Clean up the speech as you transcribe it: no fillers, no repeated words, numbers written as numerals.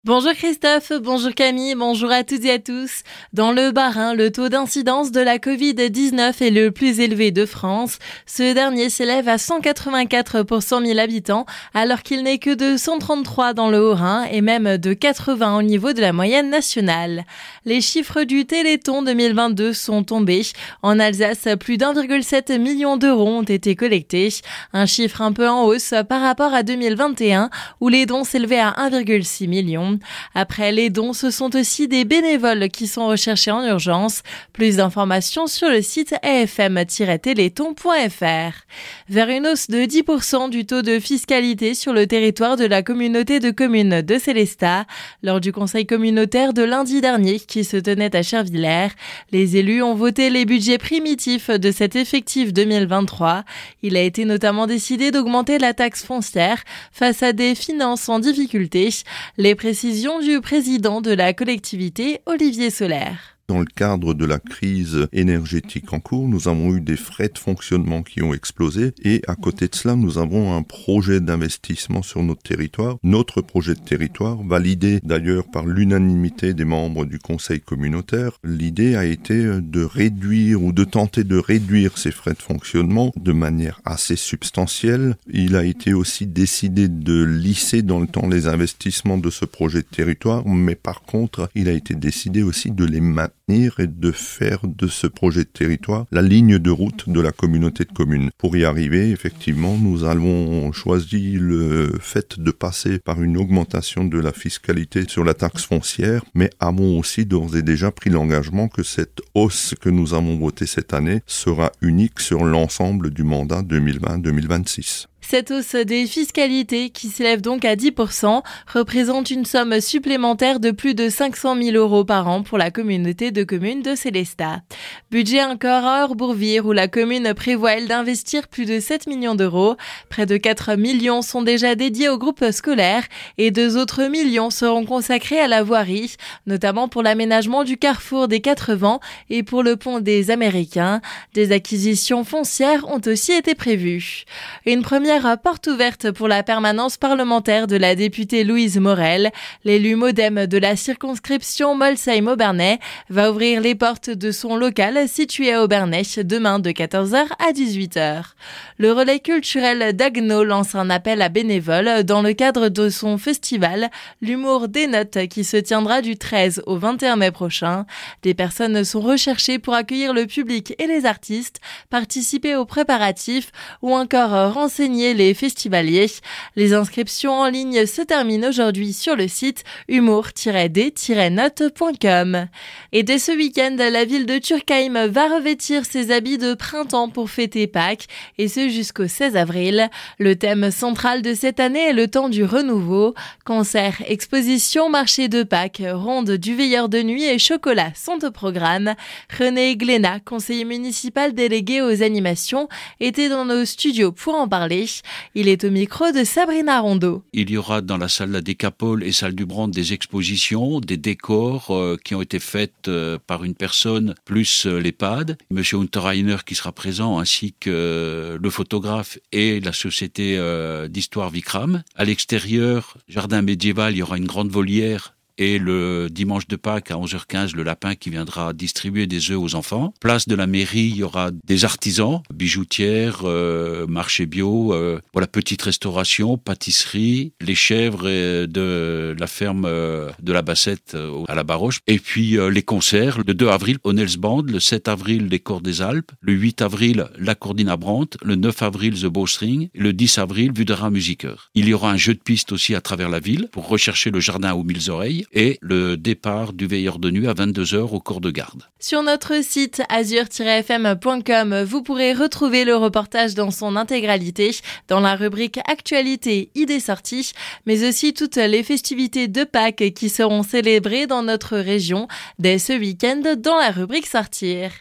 Bonjour Christophe, bonjour Camille, bonjour à toutes et à tous. Dans le Bas-Rhin, le taux d'incidence de la Covid-19 est le plus élevé de France. Ce dernier s'élève à 184 pour 100 000 habitants, alors qu'il n'est que de 133 dans le Haut-Rhin et même de 80 au niveau de la moyenne nationale. Les chiffres du Téléthon 2022 sont tombés. En Alsace, plus d'1,7 million d'euros ont été collectés. Un chiffre un peu en hausse par rapport à 2021, où les dons s'élevaient à 1,6 million. Après les dons, ce sont aussi des bénévoles qui sont recherchés en urgence. Plus d'informations sur le site afm-téléthon.fr. Vers une hausse de 10% du taux de fiscalité sur le territoire de la communauté de communes de Sélestat. Lors du conseil communautaire de lundi dernier qui se tenait à Chervillers, les élus ont voté les budgets primitifs de cet effectif 2023. Il a été notamment décidé d'augmenter la taxe foncière face à des finances en difficulté. Les précisions du président de la collectivité, Olivier Solaire. Dans le cadre de la crise énergétique en cours, nous avons eu des frais de fonctionnement qui ont explosé et à côté de cela, nous avons un projet d'investissement sur notre territoire. Notre projet de territoire, validé d'ailleurs par l'unanimité des membres du conseil communautaire, l'idée a été de réduire ou de tenter de réduire ces frais de fonctionnement de manière assez substantielle. Il a été aussi décidé de lisser dans le temps les investissements de ce projet de territoire, mais par contre, il a été décidé aussi de les maintenir et de faire de ce projet de territoire la ligne de route de la communauté de communes. Pour y arriver, effectivement, nous avons choisi le fait de passer par une augmentation de la fiscalité sur la taxe foncière, mais avons aussi d'ores et déjà pris l'engagement que cette hausse que nous avons votée cette année sera unique sur l'ensemble du mandat 2020-2026. Cette hausse des fiscalités, qui s'élève donc à 10%, représente une somme supplémentaire de plus de 500 000 euros par an pour la communauté de communes de Sélestat. Budget encore à Orbourvire, où la commune prévoit, elle, d'investir plus de 7 millions d'euros. Près de 4 millions sont déjà dédiés au groupe scolaire et 2 autres millions seront consacrés à la voirie, notamment pour l'aménagement du carrefour des 4 vents et pour le pont des Américains. Des acquisitions foncières ont aussi été prévues. Une première porte ouverte pour la permanence parlementaire de la députée Louise Morel. L'élu MoDem de la circonscription Molsheim-Obernai va ouvrir les portes de son local situé à Obernai demain de 14h à 18h. Le relais culturel d'Agno lance un appel à bénévoles dans le cadre de son festival L'humour des notes qui se tiendra du 13 au 21 mai prochain. Des personnes sont recherchées pour accueillir le public et les artistes, participer aux préparatifs ou encore renseigner les festivaliers. Les inscriptions en ligne se terminent aujourd'hui sur le site humour-d-note.com. Et dès ce week-end, la ville de Turkheim va revêtir ses habits de printemps pour fêter Pâques, et ce jusqu'au 16 avril. Le thème central de cette année est le temps du renouveau. Concerts, expositions, marché de Pâques, ronde du veilleur de nuit et chocolat sont au programme. René Glénat, conseiller municipal délégué aux animations, était dans nos studios pour en parler. Il est au micro de Sabrina Rondeau. Il y aura dans la salle La Décapole et salle du Brand des expositions, des décors qui ont été faites par une personne plus l'EHPAD. Monsieur Unterreiner qui sera présent ainsi que le photographe et la société d'histoire Vikram. À l'extérieur, jardin médiéval, il y aura une grande volière. Et le dimanche de Pâques à 11h15, le lapin qui viendra distribuer des œufs aux enfants. Place de la mairie, il y aura des artisans, bijoutières, marché bio, voilà, petite restauration, pâtisserie, les chèvres de la ferme de la Bassette à la Baroche. Et puis les concerts, le 2 avril au Nels Band, le 7 avril les Chors des Alpes, le 8 avril la Cordine à Brandt, le 9 avril The Bowstring, le 10 avril Vudera Musiker. Il y aura un jeu de piste aussi à travers la ville pour rechercher le jardin aux 1000 oreilles. Et le départ du veilleur de nuit à 22h au corps de garde. Sur notre site azur-fm.com, vous pourrez retrouver le reportage dans son intégralité dans la rubrique Actualité, idées sorties, mais aussi toutes les festivités de Pâques qui seront célébrées dans notre région dès ce week-end dans la rubrique Sortir.